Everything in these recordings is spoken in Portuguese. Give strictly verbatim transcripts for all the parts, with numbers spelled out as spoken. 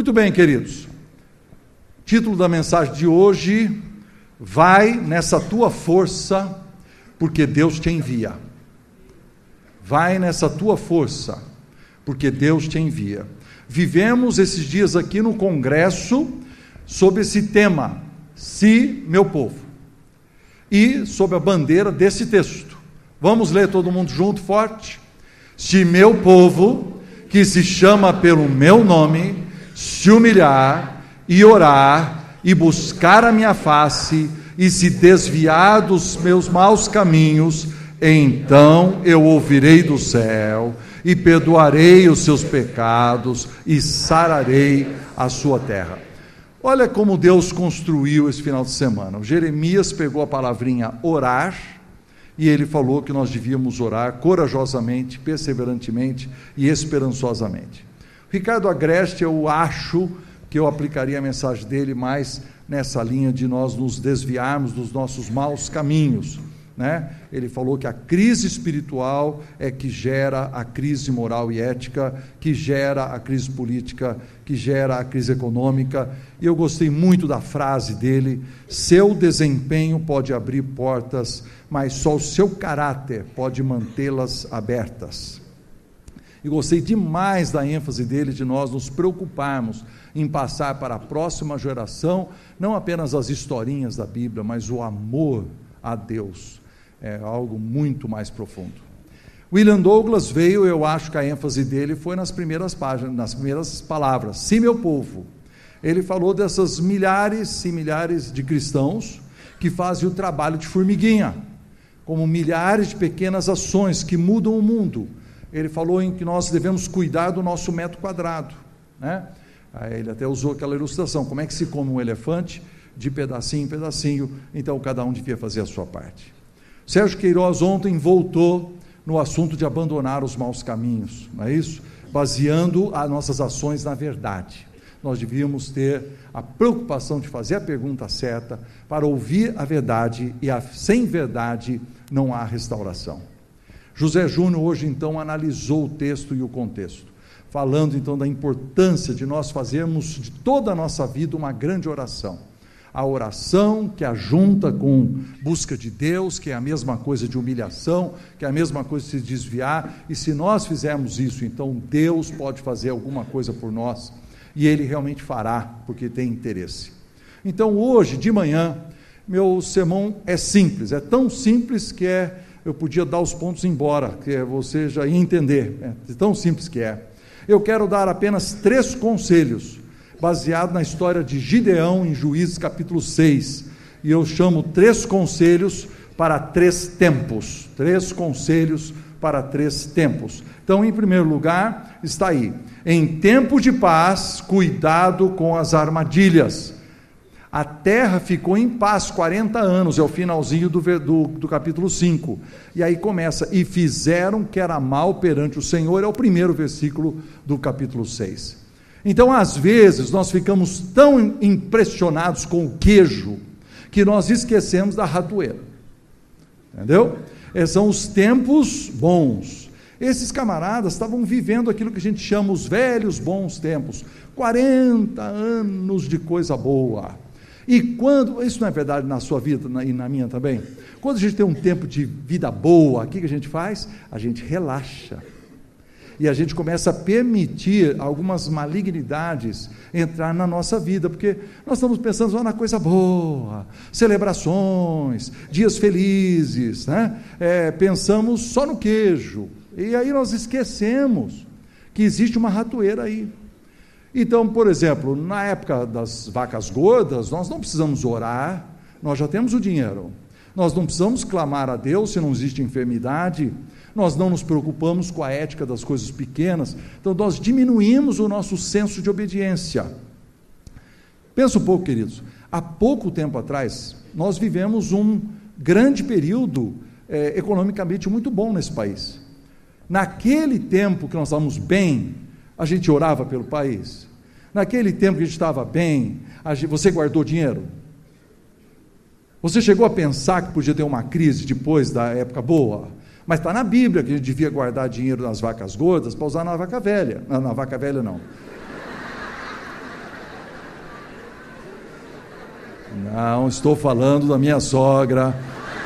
Muito bem, queridos. Título da mensagem de hoje: vai nessa tua força, porque Deus te envia. Vai nessa tua força, porque Deus te envia. Vivemos esses dias aqui no congresso sob esse tema, se meu povo, e sob a bandeira desse texto. Vamos ler todo mundo junto, forte? Se meu povo, que se chama pelo meu nome, se humilhar e orar e buscar a minha face e se desviar dos meus maus caminhos, então eu ouvirei do céu e perdoarei os seus pecados e sararei a sua terra. Olha como Deus construiu esse final de semana. O Jeremias pegou a palavrinha orar e ele falou que nós devíamos orar corajosamente, perseverantemente e esperançosamente. Ricardo Agreste, eu acho que eu aplicaria a mensagem dele mais nessa linha de nós nos desviarmos dos nossos maus caminhos, né? Ele falou que a crise espiritual é que gera a crise moral e ética, que gera a crise política, que gera a crise econômica, e eu gostei muito da frase dele: seu desempenho pode abrir portas, mas só o seu caráter pode mantê-las abertas. E gostei demais da ênfase dele de nós nos preocuparmos em passar para a próxima geração, não apenas as historinhas da Bíblia, mas o amor a Deus. É algo muito mais profundo. William Douglas veio, eu acho que a ênfase dele foi nas primeiras páginas, nas primeiras palavras, se meu povo. Ele falou dessas milhares e milhares de cristãos que fazem o trabalho de formiguinha, como milhares de pequenas ações que mudam o mundo. Ele falou em que nós devemos cuidar do nosso metro quadrado, né? Aí ele até usou aquela ilustração, como é que se come um elefante? De pedacinho em pedacinho, então cada um devia fazer a sua parte. Sérgio Queiroz ontem voltou no assunto de abandonar os maus caminhos, não é isso? Baseando as nossas ações na verdade. Nós devíamos ter a preocupação de fazer a pergunta certa para ouvir a verdade, e a, sem verdade não há restauração. José Júnior hoje então analisou o texto e o contexto, falando então da importância de nós fazermos de toda a nossa vida uma grande oração. A oração que ajunta com busca de Deus, que é a mesma coisa de humilhação, que é a mesma coisa de se desviar, e se nós fizermos isso, então Deus pode fazer alguma coisa por nós, e Ele realmente fará, porque tem interesse. Então hoje, de manhã, meu sermão é simples, é tão simples que é, eu podia dar os pontos embora, que é, você já ia entender, é tão simples que é. Eu quero dar apenas três conselhos, baseado na história de Gideão, em Juízes capítulo seis, e eu chamo três conselhos para três tempos, três conselhos para três tempos. Então, em primeiro lugar, está aí, em tempo de paz, cuidado com as armadilhas. A terra ficou em paz quarenta anos, é o finalzinho do, do, do capítulo cinco, e aí começa, e fizeram que era mal perante o Senhor, é o primeiro versículo do capítulo seis. Então, às vezes, nós ficamos tão impressionados com o queijo, que nós esquecemos da ratoeira, entendeu? Esses são os tempos bons. Esses camaradas estavam vivendo aquilo que a gente chama os velhos bons tempos, quarenta anos de coisa boa. E quando, isso não é verdade na sua vida e na minha também? Quando a gente tem um tempo de vida boa, o que a gente faz? A gente relaxa. E a gente começa a permitir algumas malignidades entrar na nossa vida, porque nós estamos pensando só na coisa boa, celebrações, dias felizes, né? É, pensamos só no queijo, e aí nós esquecemos que existe uma ratoeira aí. Então, por exemplo, na época das vacas gordas, nós não precisamos orar, nós já temos o dinheiro, nós não precisamos clamar a Deus se não existe enfermidade, nós não nos preocupamos com a ética das coisas pequenas, então nós diminuímos o nosso senso de obediência. Pensa um pouco, queridos, há pouco tempo atrás, nós vivemos um grande período é, economicamente muito bom nesse país. Naquele tempo que nós estávamos bem, a gente orava pelo país. Naquele tempo que a gente estava bem, a gente, você guardou dinheiro? Você chegou a pensar que podia ter uma crise depois da época boa? Mas está na Bíblia que a gente devia guardar dinheiro nas vacas gordas para usar na vaca velha. Não, na vaca velha não. Não estou falando da minha sogra,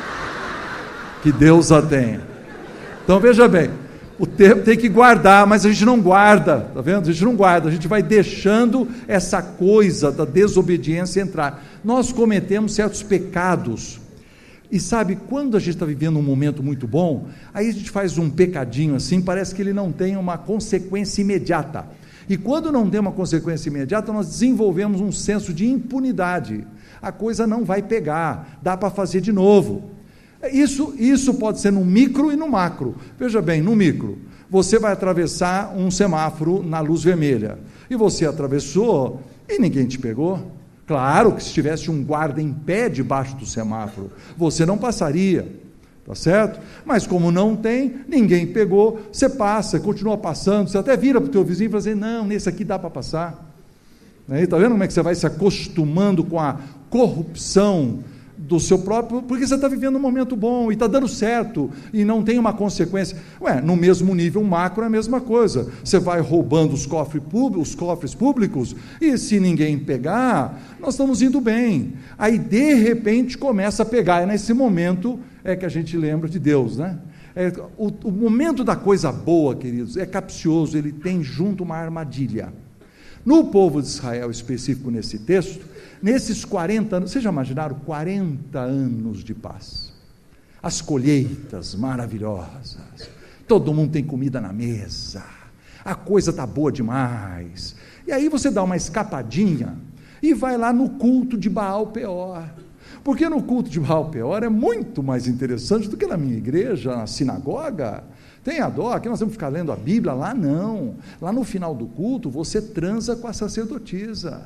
que Deus a tenha. Então veja bem, o tempo tem que guardar, mas a gente não guarda, tá vendo? A gente não guarda, a gente vai deixando essa coisa da desobediência entrar. Nós cometemos certos pecados, e sabe, quando a gente está vivendo um momento muito bom, aí a gente faz um pecadinho assim, parece que ele não tem uma consequência imediata, e quando não tem uma consequência imediata, nós desenvolvemos um senso de impunidade, a coisa não vai pegar, dá para fazer de novo. Isso, isso pode ser no micro e no macro. Veja bem, no micro, você vai atravessar um semáforo na luz vermelha, e você atravessou e ninguém te pegou. Claro que se tivesse um guarda em pé debaixo do semáforo, você não passaria, tá certo? Mas como não tem, ninguém pegou, você passa, continua passando, você até vira para o teu vizinho e fala assim, não, nesse aqui dá para passar. Está vendo como é que você vai se acostumando com a corrupção do seu próprio, porque você está vivendo um momento bom, e está dando certo, e não tem uma consequência. Ué, no mesmo nível macro é a mesma coisa, você vai roubando os cofres públicos, os cofres públicos, e se ninguém pegar, nós estamos indo bem, aí de repente começa a pegar, é nesse momento é que a gente lembra de Deus, né? É, o, o momento da coisa boa, queridos, é capcioso, ele tem junto uma armadilha. No povo de Israel específico nesse texto, nesses quarenta anos, vocês já imaginaram quarenta anos de paz, as colheitas maravilhosas, todo mundo tem comida na mesa, a coisa está boa demais, e aí você dá uma escapadinha, e vai lá no culto de Baal Peor, porque no culto de Baal Peor é muito mais interessante do que na minha igreja, na sinagoga. Tenha dó, aqui nós vamos ficar lendo a Bíblia, lá não, lá no final do culto você transa com a sacerdotisa,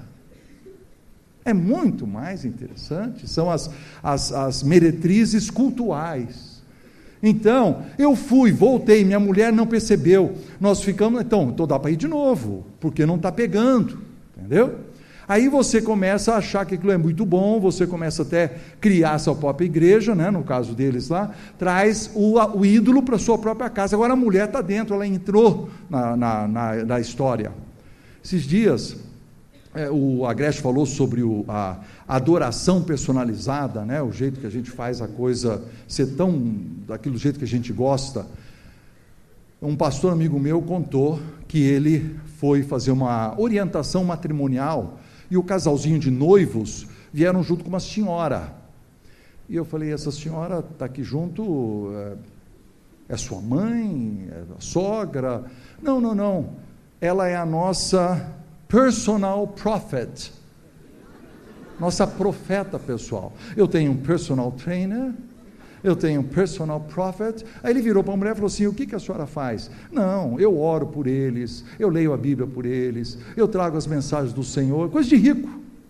é muito mais interessante, são as, as, as meretrizes cultuais. Então, eu fui, voltei, minha mulher não percebeu, nós ficamos, então, então dá para ir de novo, porque não está pegando, entendeu? Aí você começa a achar que aquilo é muito bom, você começa até a criar sua própria igreja, né, no caso deles lá, traz o, o ídolo para a sua própria casa. Agora a mulher está dentro, ela entrou na, na, na, na história. Esses dias, é, o Agreste falou sobre o, a, a adoração personalizada, né, o jeito que a gente faz a coisa ser tão, daquele jeito que a gente gosta. Um pastor amigo meu contou que ele foi fazer uma orientação matrimonial, e o casalzinho de noivos vieram junto com uma senhora, e eu falei, essa senhora está aqui junto, é, é sua mãe, é a sogra? Não, não, não, ela é a nossa personal prophet, nossa profeta pessoal. Eu tenho um personal trainer, eu tenho um personal prophet. Aí ele virou para a mulher e falou assim, o que, que a senhora faz? Não, eu oro por eles, eu leio a Bíblia por eles, eu trago as mensagens do Senhor, coisa de rico,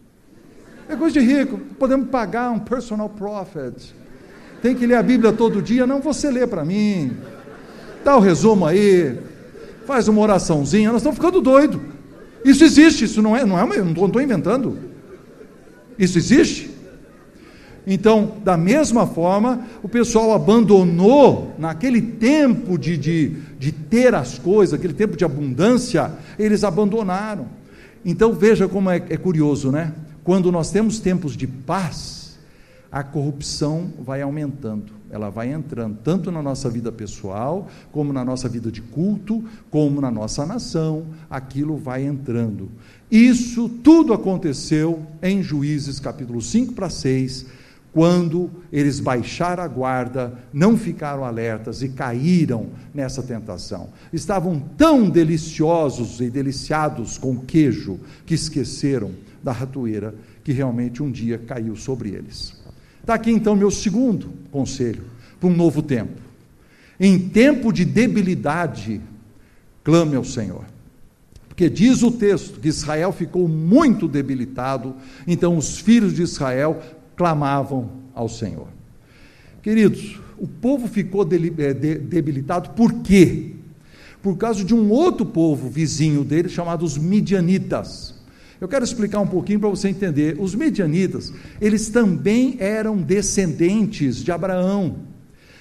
é coisa de rico, podemos pagar um personal prophet, tem que ler a Bíblia todo dia, não, você lê para mim, dá o resumo aí, faz uma oraçãozinha, nós estamos ficando doidos, isso existe, isso não é, não é uma, eu não estou inventando, isso existe. Então, da mesma forma, o pessoal abandonou, naquele tempo de, de, de ter as coisas, aquele tempo de abundância, eles abandonaram. Então, veja como é, é curioso, né? Quando nós temos tempos de paz, a corrupção vai aumentando, ela vai entrando, tanto na nossa vida pessoal, como na nossa vida de culto, como na nossa nação, aquilo vai entrando. Isso tudo aconteceu em Juízes, capítulo cinco para seis, quando eles baixaram a guarda, não ficaram alertas e caíram nessa tentação. Estavam tão deliciosos e deliciados com queijo, que esqueceram da ratoeira, que realmente um dia caiu sobre eles. Está aqui então meu segundo conselho, para um novo tempo. Em tempo de debilidade, clame ao Senhor. Porque diz o texto que Israel ficou muito debilitado, então os filhos de Israel clamavam ao Senhor. Queridos, o povo ficou debilitado por quê? Por causa de um outro povo vizinho dele, chamado os midianitas. Eu quero explicar um pouquinho para você entender. Os midianitas, eles também eram descendentes de Abraão,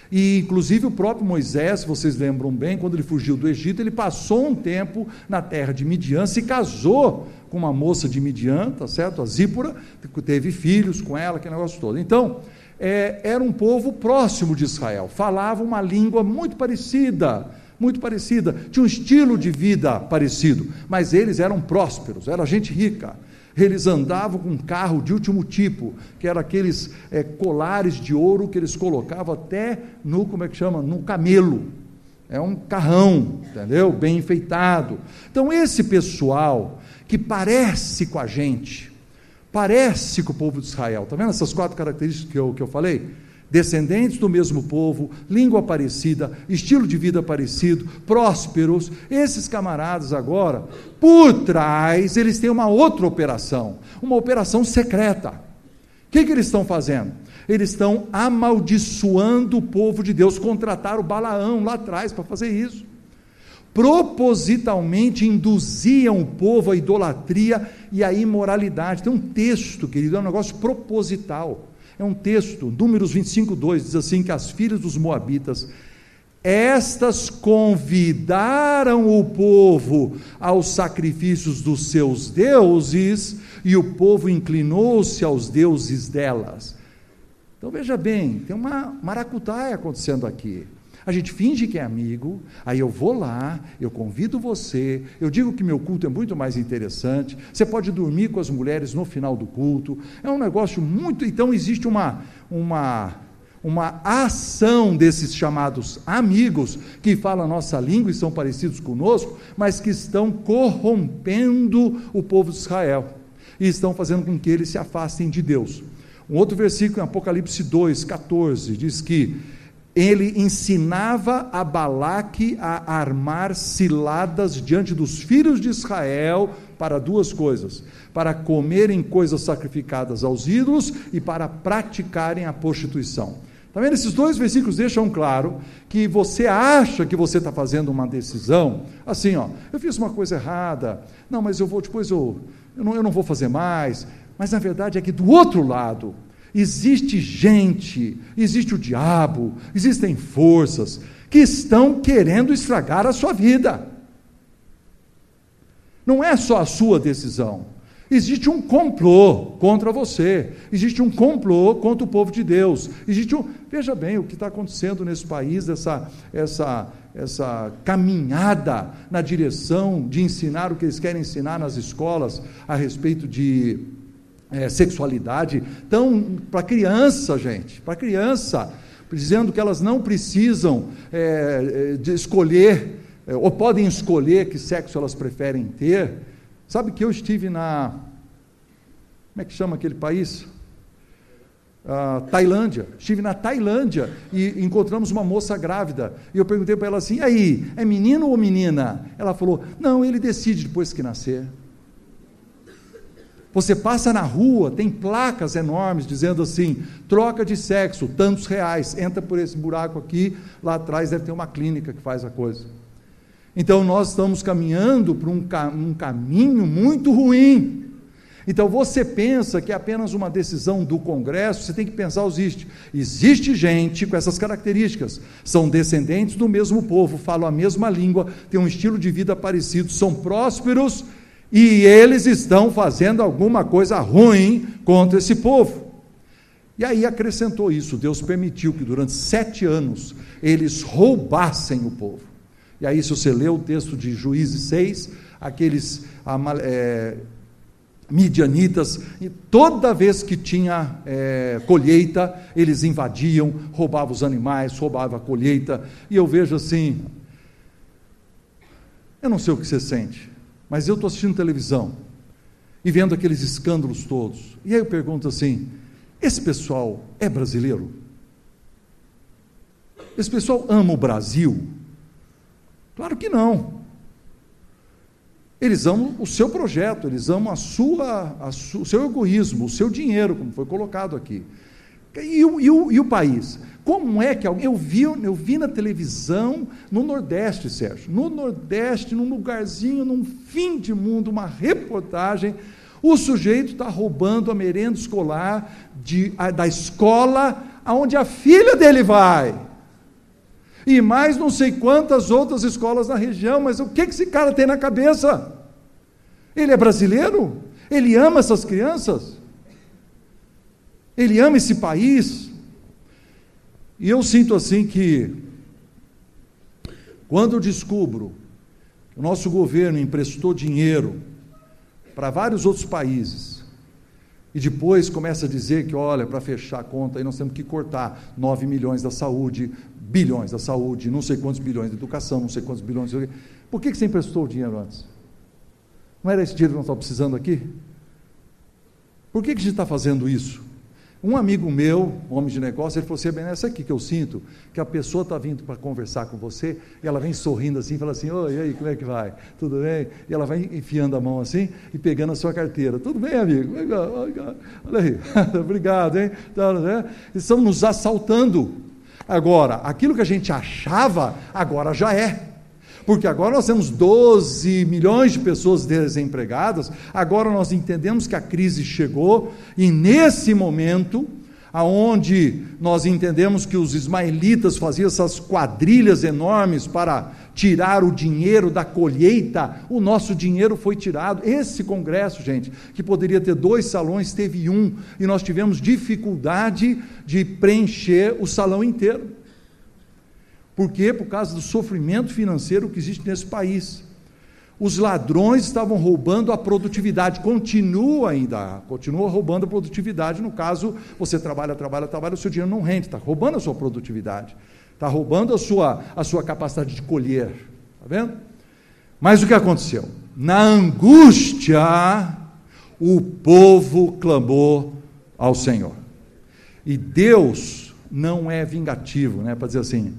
E inclusive o próprio Moisés, se vocês lembram bem, quando ele fugiu do Egito, ele passou um tempo na terra de Midian, se casou com uma moça de Midian, tá certo? A Zípora, teve filhos com ela, aquele negócio todo. Então, é, era um povo próximo de Israel, falava uma língua muito parecida, muito parecida, tinha um estilo de vida parecido, mas eles eram prósperos, era gente rica. Eles andavam com um carro de último tipo, que era aqueles é, colares de ouro que eles colocavam até no, como é que chama? No camelo. É um carrão, entendeu? Bem enfeitado. Então esse pessoal que parece com a gente, parece com o povo de Israel, está vendo essas quatro características que eu, que eu falei? Descendentes do mesmo povo, língua parecida, estilo de vida parecido, prósperos. Esses camaradas agora, por trás, eles têm uma outra operação, uma operação secreta. O que, que eles estão fazendo? Eles estão amaldiçoando o povo de Deus, contrataram o Balaão lá atrás para fazer isso. Propositalmente induziam o povo à idolatria e à imoralidade. Tem um texto, querido, é um negócio proposital. É um texto, Números vinte e cinco, dois, diz assim, que as filhas dos moabitas, estas convidaram o povo aos sacrifícios dos seus deuses, e o povo inclinou-se aos deuses delas. Então veja bem, tem uma maracutaia acontecendo aqui. A gente finge que é amigo, aí eu vou lá, eu convido você, eu digo que meu culto é muito mais interessante, você pode dormir com as mulheres no final do culto, é um negócio muito, então existe uma, uma, uma ação desses chamados amigos, que falam a nossa língua e são parecidos conosco, mas que estão corrompendo o povo de Israel, e estão fazendo com que eles se afastem de Deus. Um outro versículo em Apocalipse dois, catorze, diz que ele ensinava a Balaque a armar ciladas diante dos filhos de Israel para duas coisas: para comerem coisas sacrificadas aos ídolos e para praticarem a prostituição. Está vendo? Esses dois versículos deixam claro que você acha que você está fazendo uma decisão, assim, ó, eu fiz uma coisa errada, não, mas eu vou, depois eu, eu, não, eu não vou fazer mais, mas na verdade é que do outro lado, existe gente, existe o diabo, existem forças que estão querendo estragar a sua vida. Não é só a sua decisão, existe um complô contra você, existe um complô contra o povo de Deus, existe um, veja bem o que está acontecendo nesse país, essa, essa, essa caminhada na direção de ensinar o que eles querem ensinar nas escolas a respeito de É, sexualidade, então, para criança, gente, para criança, dizendo que elas não precisam é, de escolher, é, ou podem escolher que sexo elas preferem ter. Sabe que eu estive na, como é que chama aquele país? Ah, Tailândia, estive na Tailândia, e encontramos uma moça grávida, e eu perguntei para ela assim, e aí, é menino ou menina? Ela falou, não, ele decide depois que nascer. Você passa na rua, tem placas enormes dizendo assim, troca de sexo, tantos reais, entra por esse buraco aqui, lá atrás deve ter uma clínica que faz a coisa. Então nós estamos caminhando para um, um caminho muito ruim. Então você pensa que é apenas uma decisão do Congresso, você tem que pensar o seguinte, existe gente com essas características, são descendentes do mesmo povo, falam a mesma língua, têm um estilo de vida parecido, são prósperos, e eles estão fazendo alguma coisa ruim contra esse povo. E aí acrescentou isso, Deus permitiu que durante sete anos eles roubassem o povo. E aí, se você lê o texto de Juízes seis, aqueles é, midianitas, e toda vez que tinha é, colheita, eles invadiam, roubavam os animais, roubavam a colheita, e eu vejo assim, eu não sei o que você sente, mas eu estou assistindo televisão, e vendo aqueles escândalos todos, e aí eu pergunto assim, esse pessoal é brasileiro? Esse pessoal ama o Brasil? Claro que não. Eles amam o seu projeto, eles amam a sua, a su, o seu egoísmo, o seu dinheiro, como foi colocado aqui. E o, e o, e o país? Como é que alguém... Eu vi, eu vi na televisão, no Nordeste, Sérgio, no Nordeste, num lugarzinho, num fim de mundo, uma reportagem, o sujeito está roubando a merenda escolar de, a, da escola onde a filha dele vai. e mais não sei quantas outras escolas na região. Mas o que esse cara tem na cabeça? Ele é brasileiro? Ele ama essas crianças? Ele ama esse país? E eu sinto assim que, quando eu descubro que o nosso governo emprestou dinheiro para vários outros países, e depois começa a dizer que, olha, para fechar a conta, aí nós temos que cortar nove milhões da saúde, bilhões da saúde, não sei quantos bilhões da educação, não sei quantos bilhões... Por que, que você emprestou o dinheiro antes? Não era esse dinheiro que nós estávamos precisando aqui? Por que, que a gente está fazendo isso? Um amigo meu, homem de negócio, ele falou assim: é essa aqui que eu sinto, que a pessoa está vindo para conversar com você, e ela vem sorrindo assim, fala assim: oi, e aí, como é que vai? Tudo bem? E ela vai enfiando a mão assim, e pegando a sua carteira. Tudo bem, amigo? Olha aí, obrigado, hein? Estão nos assaltando. Agora, aquilo que a gente achava, agora já é. Porque agora nós temos doze milhões de pessoas desempregadas, agora nós entendemos que a crise chegou, e nesse momento, aonde nós entendemos que os ismaelitas faziam essas quadrilhas enormes para tirar o dinheiro da colheita, o nosso dinheiro foi tirado. Esse congresso, gente, que poderia ter dois salões, teve um, e nós tivemos dificuldade de preencher o salão inteiro. Por quê? Por causa do sofrimento financeiro que existe nesse país. Os ladrões estavam roubando a produtividade, continua ainda, continua roubando a produtividade. No caso, você trabalha, trabalha, trabalha, o seu dinheiro não rende, está roubando a sua produtividade, está roubando a sua, a sua capacidade de colher, está vendo? Mas o que aconteceu? Na angústia, o povo clamou ao Senhor, e Deus não é vingativo, né, para dizer assim,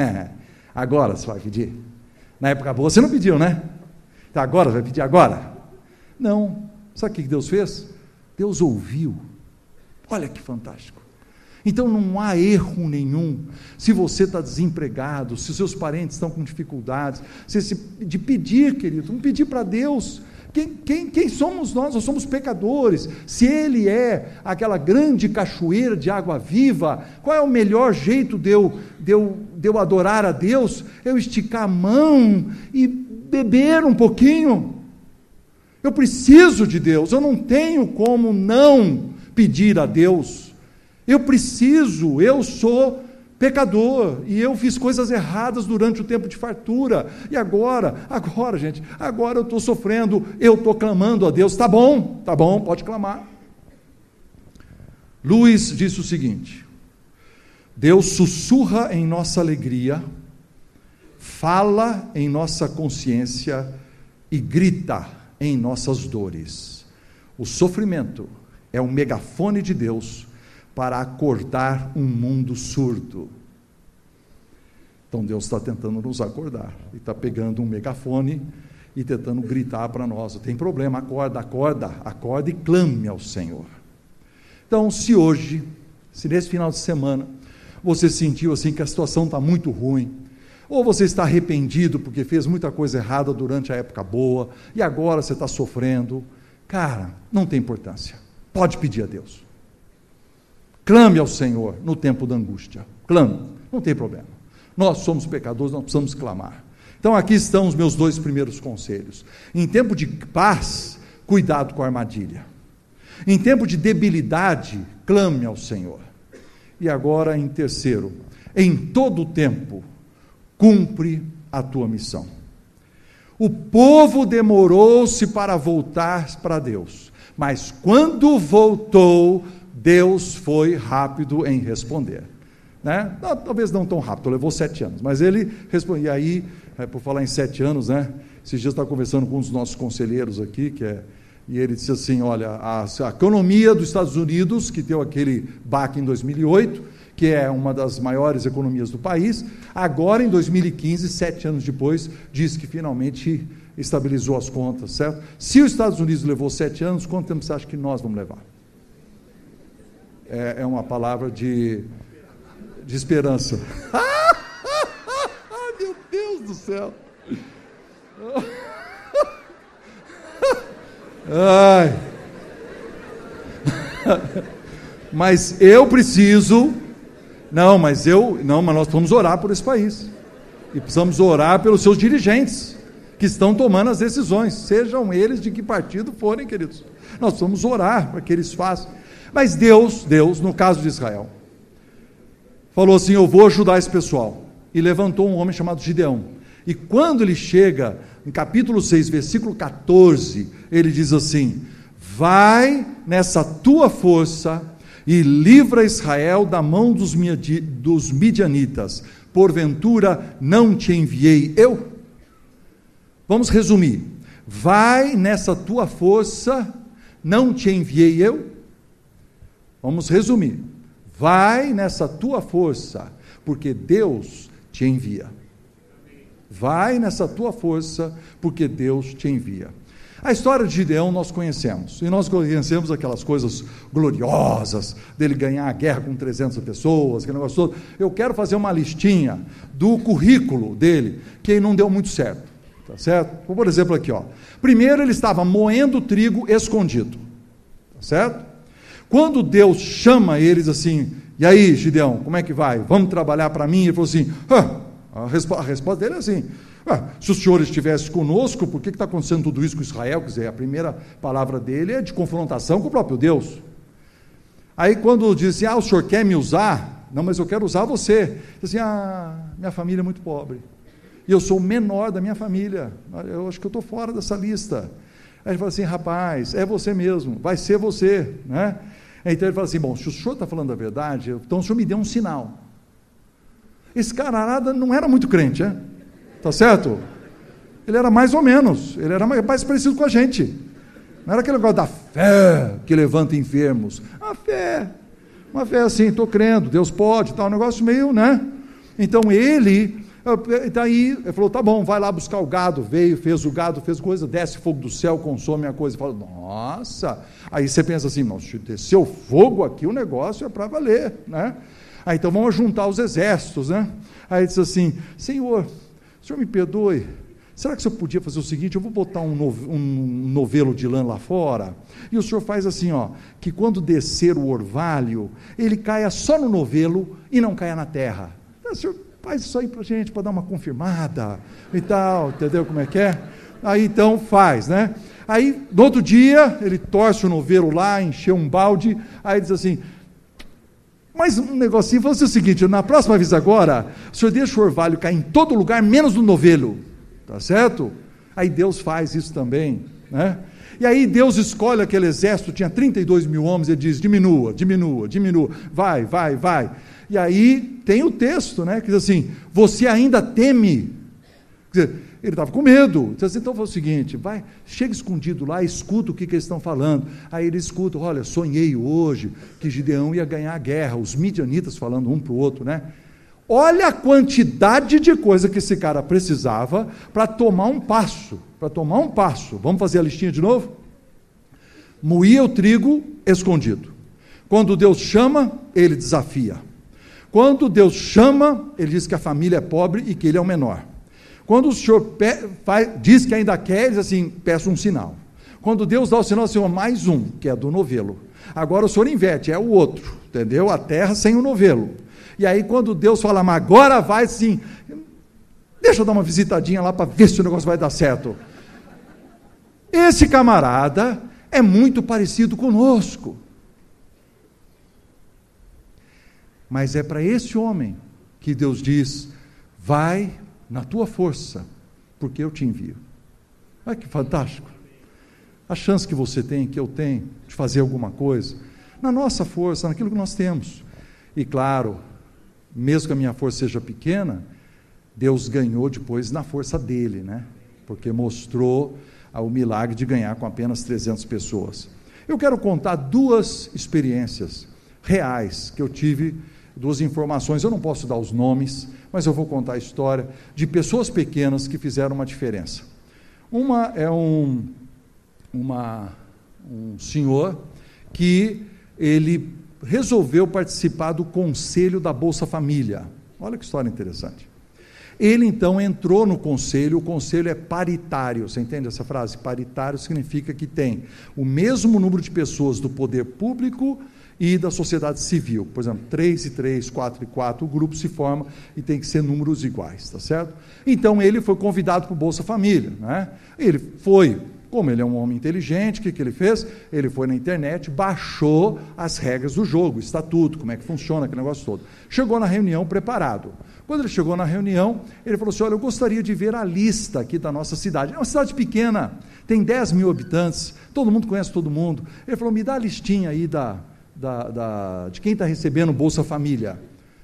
agora você vai pedir. Na época boa você não pediu, né? Então agora vai pedir agora? Não. Sabe o que Deus fez? Deus ouviu. Olha que fantástico. Então não há erro nenhum, se você está desempregado, se os seus parentes estão com dificuldades, se, se, de pedir, querido, vamos pedir para Deus. Quem, quem, quem somos nós? Nós somos pecadores. Se Ele é aquela grande cachoeira de água viva, qual é o melhor jeito de eu, de eu, de eu adorar a Deus? Eu esticar a mão e beber um pouquinho. Eu preciso de Deus, eu não tenho como não pedir a Deus. Eu preciso, eu sou pecador, e eu fiz coisas erradas durante o tempo de fartura, e agora, agora gente, agora eu estou sofrendo, eu estou clamando a Deus. Tá bom, tá bom, pode clamar. Luiz disse o seguinte: Deus sussurra em nossa alegria, fala em nossa consciência e grita em nossas dores. O sofrimento é um megafone de Deus para acordar um mundo surdo. Então Deus está tentando nos acordar, e está pegando um megafone e tentando gritar para nós: tem problema, acorda, acorda, acorda e clame ao Senhor. Então, se hoje, se nesse final de semana, você sentiu assim que a situação está muito ruim, ou você está arrependido porque fez muita coisa errada durante a época boa, e agora você está sofrendo, cara, não tem importância, pode pedir a Deus. Clame ao Senhor no tempo da angústia, clame, não tem problema. Nós somos pecadores, nós precisamos clamar. Então aqui estão os meus dois primeiros conselhos. Em tempo de paz, cuidado com a armadilha. Em tempo de debilidade, clame ao Senhor. E agora, em terceiro, em todo o tempo, cumpre a tua missão. O povo demorou-se para voltar para Deus, mas quando voltou, Deus foi rápido em responder, né? Não, talvez não tão rápido, levou sete anos, mas ele respondeu. E aí, é, por falar em sete anos, né? Esses dias eu estava conversando com um dos nossos conselheiros aqui, que é, e ele disse assim: olha, a, a economia dos Estados Unidos, que deu aquele baque em dois mil e oito, que é uma das maiores economias do país, agora em dois mil e quinze, sete anos depois, diz que finalmente estabilizou as contas, certo? Se os Estados Unidos levou sete anos, quanto tempo você acha que nós vamos levar? É, é uma palavra de, de esperança. Meu Deus do céu! Ai. Mas eu preciso Não, mas eu, não, mas nós precisamos orar por esse país. E precisamos orar pelos seus dirigentes, que estão tomando as decisões, sejam eles de que partido forem, queridos. Nós precisamos orar para que eles façam. Mas Deus, Deus, no caso de Israel, falou assim: eu vou ajudar esse pessoal. E levantou um homem chamado Gideão. E quando ele chega, em capítulo seis, versículo catorze, ele diz assim: vai nessa tua força e livra Israel da mão dos, dos midianitas, porventura não te enviei eu? Vamos resumir: vai nessa tua força, não te enviei eu? Vamos resumir: vai nessa tua força, porque Deus te envia. Vai nessa tua força, porque Deus te envia. A história de Gideão nós conhecemos, e nós conhecemos aquelas coisas gloriosas, dele ganhar a guerra com trezentas pessoas, aquele negócio todo. Eu quero fazer uma listinha do currículo dele, que não deu muito certo, tá certo? Por exemplo aqui, ó. Primeiro ele estava moendo trigo escondido, tá certo? Quando Deus chama eles assim: e aí, Gideão, como é que vai? Vamos trabalhar para mim? Ele falou assim: ah, a, resp- a resposta dele é assim: ah, se o Senhor estivesse conosco, por que está acontecendo tudo isso com Israel? Quer dizer, a primeira palavra dele é de confrontação com o próprio Deus. Aí quando diz assim: ah, o Senhor quer me usar? Não, mas eu quero usar você. Diz assim: ah, minha família é muito pobre, e eu sou o menor da minha família, eu acho que eu estou fora dessa lista. Aí ele fala assim: rapaz, é você mesmo, vai ser você, né? Então ele fala assim: bom, se o senhor está falando a verdade, então o senhor me dê um sinal. Esse camarada não era muito crente, né? Tá certo? Ele era mais ou menos, ele era mais parecido com a gente. Não era aquele negócio da fé que levanta enfermos. A fé, uma fé assim, estou crendo, Deus pode, tal, um negócio meio, né? Então ele, daí, ele falou: tá bom, vai lá buscar o gado. Veio, fez o gado, fez coisa, desce fogo do céu, consome a coisa. Fala: nossa. Aí você pensa assim: não, se desceu fogo aqui, o negócio é para valer, né? Aí então vamos juntar os exércitos, né? Aí ele diz assim: Senhor, o senhor me perdoe, será que o senhor podia fazer o seguinte: eu vou botar um, no, um novelo de lã lá fora, e o senhor faz assim, ó, que quando descer o orvalho, ele caia só no novelo e não caia na terra. O senhor faz isso aí para a gente, para dar uma confirmada e tal, entendeu como é que é? Aí então faz, né? Aí no outro dia ele torce o novelo lá, encheu um balde, aí diz assim: mas um negocinho, falou assim, o seguinte: na próxima vez agora, o senhor deixa o orvalho cair em todo lugar, menos no novelo, tá certo? Aí Deus faz isso também, né? E aí Deus escolhe aquele exército, tinha trinta e dois mil homens, ele diz: diminua, diminua, diminua, vai, vai, vai. E aí tem o texto, né, que diz assim: você ainda teme? Quer dizer, ele estava com medo. Então foi o seguinte: vai, chega escondido lá, escuta o que, que eles estão falando. Aí ele escuta: olha, sonhei hoje que Gideão ia ganhar a guerra, os midianitas falando um para o outro, né? Olha a quantidade de coisa que esse cara precisava para tomar um passo, para tomar um passo. Vamos fazer a listinha de novo? Moía o trigo escondido. Quando Deus chama, ele desafia. Quando Deus chama, ele diz que a família é pobre e que ele é o menor. Quando o senhor pe- faz, diz que ainda quer, ele diz assim: peço um sinal. Quando Deus dá o sinal, Senhor, mais um, que é do novelo. Agora o senhor inverte, é o outro, entendeu? A terra sem o novelo. E aí quando Deus fala: mas agora vai sim, deixa eu dar uma visitadinha lá para ver se o negócio vai dar certo. Esse camarada é muito parecido conosco. Mas é para esse homem que Deus diz: vai na tua força, porque eu te envio. Olha que fantástico. A chance que você tem, que eu tenho, de fazer alguma coisa, na nossa força, naquilo que nós temos. E claro, mesmo que a minha força seja pequena, Deus ganhou depois na força dele, né? Porque mostrou o milagre de ganhar com apenas trezentas pessoas. Eu quero contar duas experiências reais que eu tive, duas informações. Eu não posso dar os nomes, mas eu vou contar a história de pessoas pequenas que fizeram uma diferença. Uma é um, uma, um senhor que ele resolveu participar do conselho da Bolsa Família. Olha que história interessante. Ele então entrou no conselho. O conselho é paritário, você entende essa frase? Paritário significa que tem o mesmo número de pessoas do poder público e da sociedade civil. Por exemplo, três e três, quatro e quatro, o grupo se forma e tem que ser números iguais, tá certo? Então ele foi convidado para o Bolsa Família, né? Ele foi, como ele é um homem inteligente, o que, que ele fez? Ele foi na internet, baixou as regras do jogo, o estatuto, como é que funciona aquele negócio todo. Chegou na reunião preparado. Quando ele chegou na reunião, ele falou assim, olha, eu gostaria de ver a lista aqui da nossa cidade. É uma cidade pequena, tem dez mil habitantes, todo mundo conhece todo mundo. Ele falou, me dá a listinha aí da, da, da, de quem está recebendo o Bolsa Família.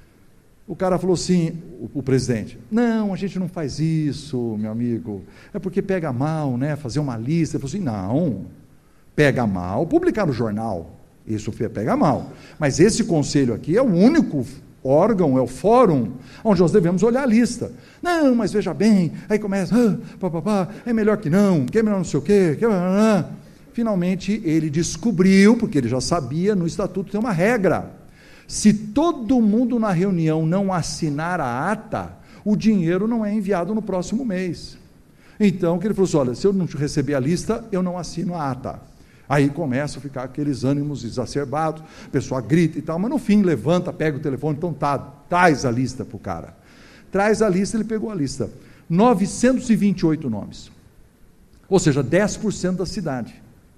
O cara falou assim, o, o presidente, não, a gente não faz isso, meu amigo, é porque pega mal, né, fazer uma lista. Ele falou assim, não, pega mal, publicar no jornal, isso pega mal, mas esse conselho aqui é o único órgão, é o fórum, onde nós devemos olhar a lista. Não, mas veja bem, aí começa, ah, pá, pá, pá, é melhor que não, que é melhor não sei o quê, que... Finalmente ele descobriu, porque ele já sabia, no estatuto tem uma regra, se todo mundo na reunião não assinar a ata, o dinheiro não é enviado no próximo mês. Então, o que ele falou assim, olha, se eu não receber a lista, eu não assino a ata. Aí começa a ficar aqueles ânimos exacerbados, a pessoa grita e tal, mas no fim levanta, pega o telefone, então tá, traz a lista para o cara. Traz a lista, ele pegou a lista. novecentos e vinte e oito nomes. Ou seja, dez por cento da cidade.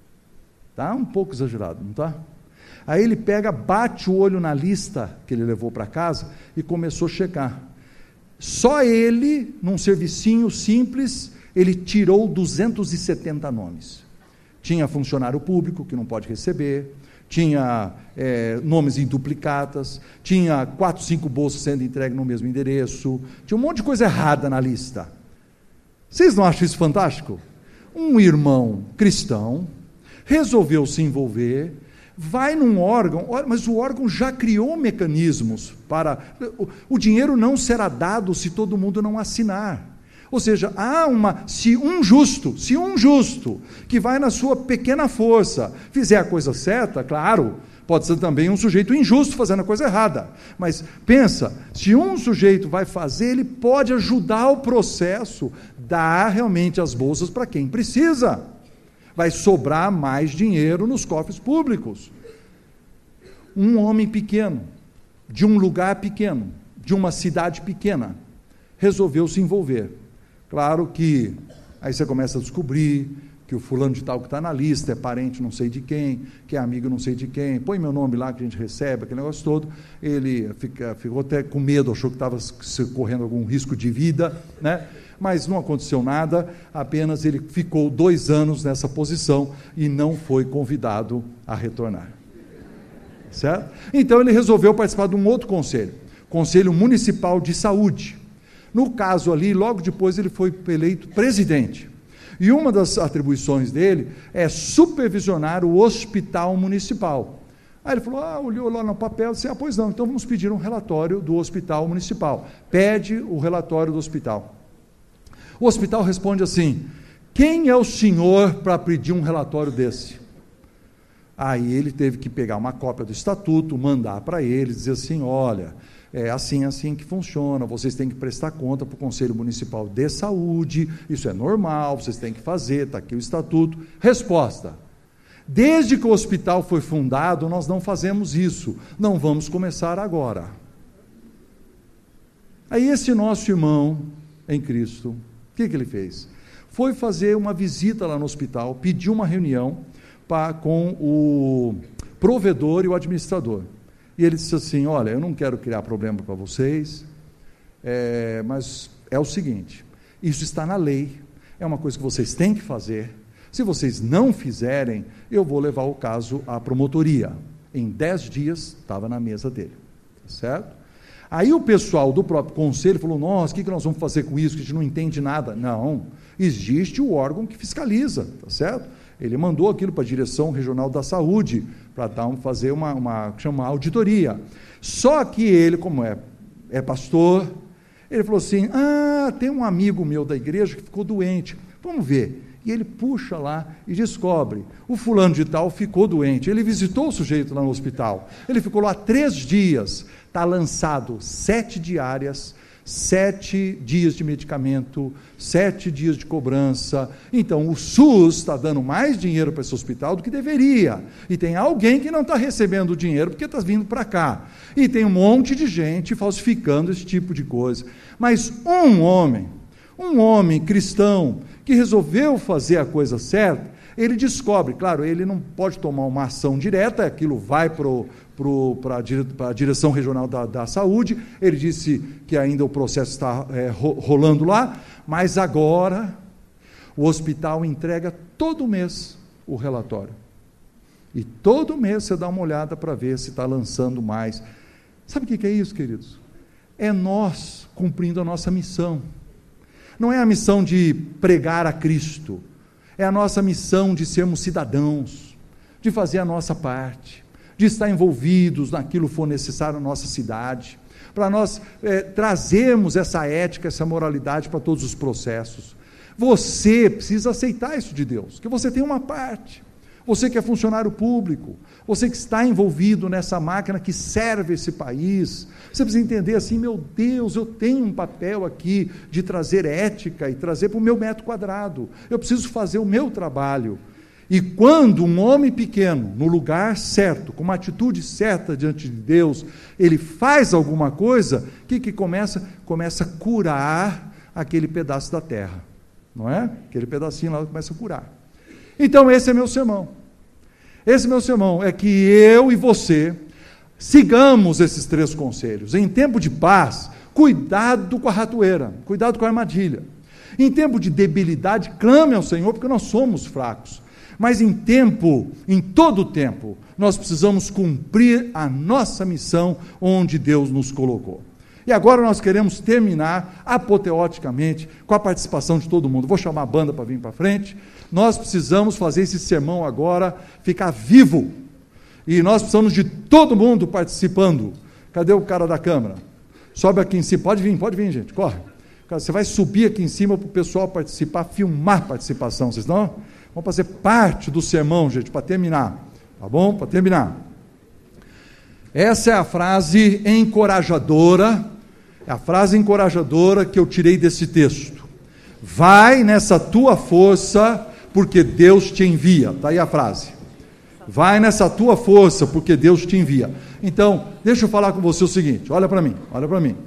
Está um pouco exagerado, não está? Aí ele pega, bate o olho na lista que ele levou para casa e começou a checar. Só ele, num servicinho simples, ele tirou duzentos e setenta nomes. Tinha funcionário público que não pode receber, tinha é, nomes em duplicatas, tinha quatro, cinco bolsas sendo entregues no mesmo endereço, tinha um monte de coisa errada na lista. Vocês não acham isso fantástico? Um irmão cristão resolveu se envolver, vai num órgão, mas o órgão já criou mecanismos para... O, o dinheiro não será dado se todo mundo não assinar. Ou seja, há uma... Se um justo, se um justo, que vai na sua pequena força, fizer a coisa certa, claro, pode ser também um sujeito injusto fazendo a coisa errada. Mas pensa, se um sujeito vai fazer, ele pode ajudar o processo, dar realmente as bolsas para quem precisa. Vai sobrar mais dinheiro nos cofres públicos. Um homem pequeno, de um lugar pequeno, de uma cidade pequena, resolveu se envolver. Claro que aí você começa a descobrir que o fulano de tal que está na lista é parente não sei de quem, que é amigo não sei de quem, põe meu nome lá que a gente recebe, aquele negócio todo. Ele fica, ficou até com medo, achou que estava correndo algum risco de vida, né? Mas não aconteceu nada, apenas ele ficou dois anos nessa posição e não foi convidado a retornar. Certo? Então ele resolveu participar de um outro conselho, Conselho Municipal de Saúde. No caso ali, logo depois ele foi eleito presidente. E uma das atribuições dele é supervisionar o hospital municipal. Aí ele falou, ah, olhou lá no papel e disse, ah, pois não, então vamos pedir um relatório do hospital municipal. Pede o relatório do hospital. O hospital responde assim, quem é o senhor para pedir um relatório desse? Aí ele teve que pegar uma cópia do estatuto, mandar para eles, dizer assim, olha, é assim, assim que funciona, vocês têm que prestar conta para o Conselho Municipal de Saúde, isso é normal, vocês têm que fazer, está aqui o estatuto. Resposta, desde que o hospital foi fundado, nós não fazemos isso, não vamos começar agora. Aí esse nosso irmão em Cristo, o que, que ele fez? Foi fazer uma visita lá no hospital, pediu uma reunião pra, com o provedor e o administrador. E ele disse assim, olha, eu não quero criar problema para vocês, é, mas é o seguinte, isso está na lei, é uma coisa que vocês têm que fazer, se vocês não fizerem, eu vou levar o caso à promotoria. Em dez dias, estava na mesa dele, certo? Aí o pessoal do próprio conselho falou, nossa, o que, que nós vamos fazer com isso, que a gente não entende nada. Não, existe o órgão que fiscaliza, tá certo? Ele mandou aquilo para a Direção Regional da Saúde, para dar um, fazer uma, uma, chama auditoria. Só que ele, como é, é pastor, ele falou assim, ah, tem um amigo meu da igreja que ficou doente, vamos ver. E ele puxa lá e descobre, o fulano de tal ficou doente, ele visitou o sujeito lá no hospital, ele ficou lá três dias, está lançado sete diárias, Sete dias de medicamento, sete dias de cobrança. Então, o SUS está dando mais dinheiro para esse hospital do que deveria. E tem alguém que não está recebendo o dinheiro porque está vindo para cá. E tem um monte de gente falsificando esse tipo de coisa. Mas um homem, um homem cristão, que resolveu fazer a coisa certa, ele descobre, claro, ele não pode tomar uma ação direta, aquilo vai para para a direção regional da, da saúde, ele disse que ainda o processo está é, rolando lá, mas agora o hospital entrega todo mês o relatório. E todo mês você dá uma olhada para ver se está lançando mais. Sabe o que é isso, queridos? É nós cumprindo a nossa missão. Não é a missão de pregar a Cristo, é a nossa missão de sermos cidadãos, de fazer a nossa parte, de estar envolvidos naquilo que for necessário na nossa cidade, para nós é, trazermos essa ética, essa moralidade para todos os processos. Você precisa aceitar isso de Deus, que você tem uma parte. Você que é funcionário público, você que está envolvido nessa máquina que serve esse país, você precisa entender assim, meu Deus, eu tenho um papel aqui de trazer ética e trazer para o meu metro quadrado, eu preciso fazer o meu trabalho. E quando um homem pequeno, no lugar certo, com uma atitude certa diante de Deus, ele faz alguma coisa, o que que começa? Começa a curar aquele pedaço da terra, não é? Aquele pedacinho lá começa a curar. Então esse é meu sermão, esse meu sermão é que eu e você sigamos esses três conselhos. Em tempo de paz, cuidado com a ratoeira, cuidado com a armadilha. Em tempo de debilidade, clame ao Senhor, porque nós somos fracos. Mas em tempo, em todo tempo, nós precisamos cumprir a nossa missão onde Deus nos colocou. E agora nós queremos terminar apoteoticamente com a participação de todo mundo. Vou chamar a banda para vir para frente. Nós precisamos fazer esse sermão agora ficar vivo. E nós precisamos de todo mundo participando. Cadê o cara da câmera? Sobe aqui em cima. Pode vir, pode vir, gente. Corre. Você vai subir aqui em cima para o pessoal participar, filmar a participação. Vocês não? Vamos fazer parte do sermão, gente, para terminar. Tá bom? Para terminar. Essa é a frase encorajadora, é a frase encorajadora que eu tirei desse texto. Vai nessa tua força, porque Deus te envia. Está aí a frase. Vai nessa tua força, porque Deus te envia. Então, deixa eu falar com você o seguinte, olha para mim, olha para mim.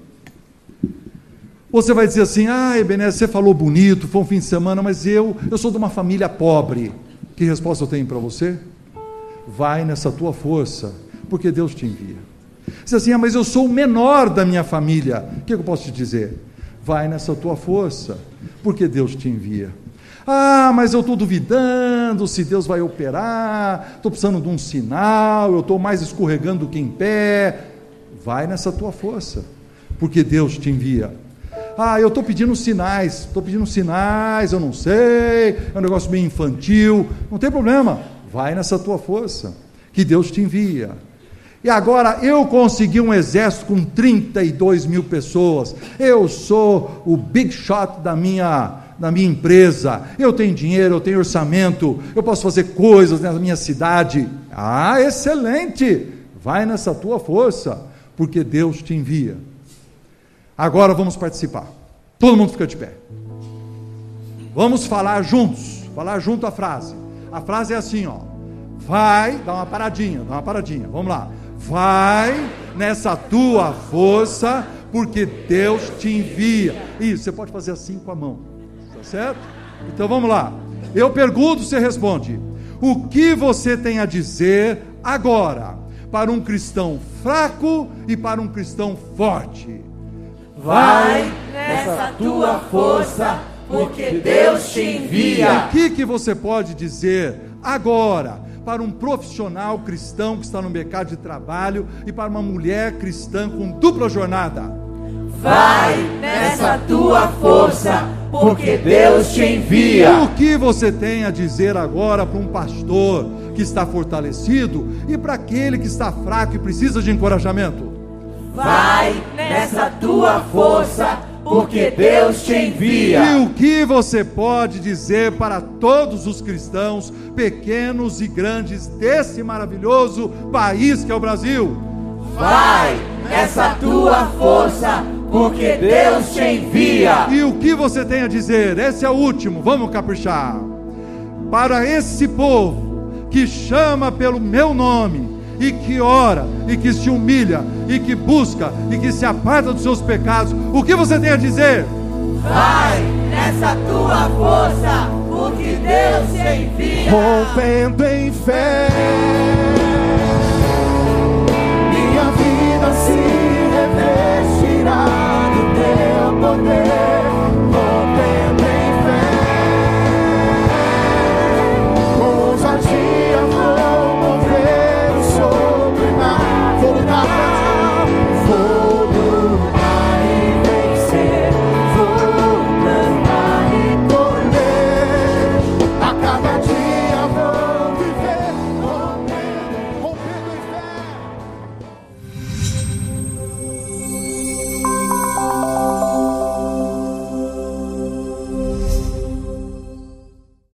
Você vai dizer assim, ah, Ebenezer, você falou bonito, foi um fim de semana, mas eu, eu sou de uma família pobre. Que resposta eu tenho para você? Vai nessa tua força, porque Deus te envia. Você diz assim, ah, mas eu sou o menor da minha família. O que eu posso te dizer? Vai nessa tua força, porque Deus te envia. Ah, mas eu estou duvidando se Deus vai operar, estou precisando de um sinal, eu estou mais escorregando do que em pé. Vai nessa tua força, porque Deus te envia. Ah, eu estou pedindo sinais, estou pedindo sinais, eu não sei, é um negócio meio infantil. Não tem problema, vai nessa tua força, que Deus te envia. E agora, eu consegui um exército com trinta e dois mil pessoas, eu sou o big shot da minha, da minha empresa, eu tenho dinheiro, eu tenho orçamento, eu posso fazer coisas na minha cidade. Ah, excelente, vai nessa tua força, porque Deus te envia. Agora vamos participar, todo mundo fica de pé, vamos falar juntos, falar junto a frase, a frase é assim, ó, vai, dá uma paradinha, dá uma paradinha, vamos lá, vai nessa tua força, porque Deus te envia. Isso, você pode fazer assim com a mão, tá certo? Então vamos lá, eu pergunto, você responde. O que você tem a dizer agora para um cristão fraco e para um cristão forte? Vai nessa tua força, porque Deus te envia. O que, que você pode dizer agora para um profissional cristão que está no mercado de trabalho e para uma mulher cristã com dupla jornada? Vai nessa tua força, porque Deus te envia. O que você tem a dizer agora para um pastor que está fortalecido e para aquele que está fraco e precisa de encorajamento? Vai nessa tua força, porque Deus te envia. E o que você pode dizer para todos os cristãos, pequenos e grandes, desse maravilhoso país que é o Brasil? Vai nessa tua força, porque Deus te envia. E o que você tem a dizer? Esse é o último, vamos caprichar. Para esse povo que chama pelo meu nome, e que ora, e que se humilha, e que busca, e que se aparta dos seus pecados, o que você tem a dizer? Vai nessa tua força, porque Deus te envia. Rompendo em fé.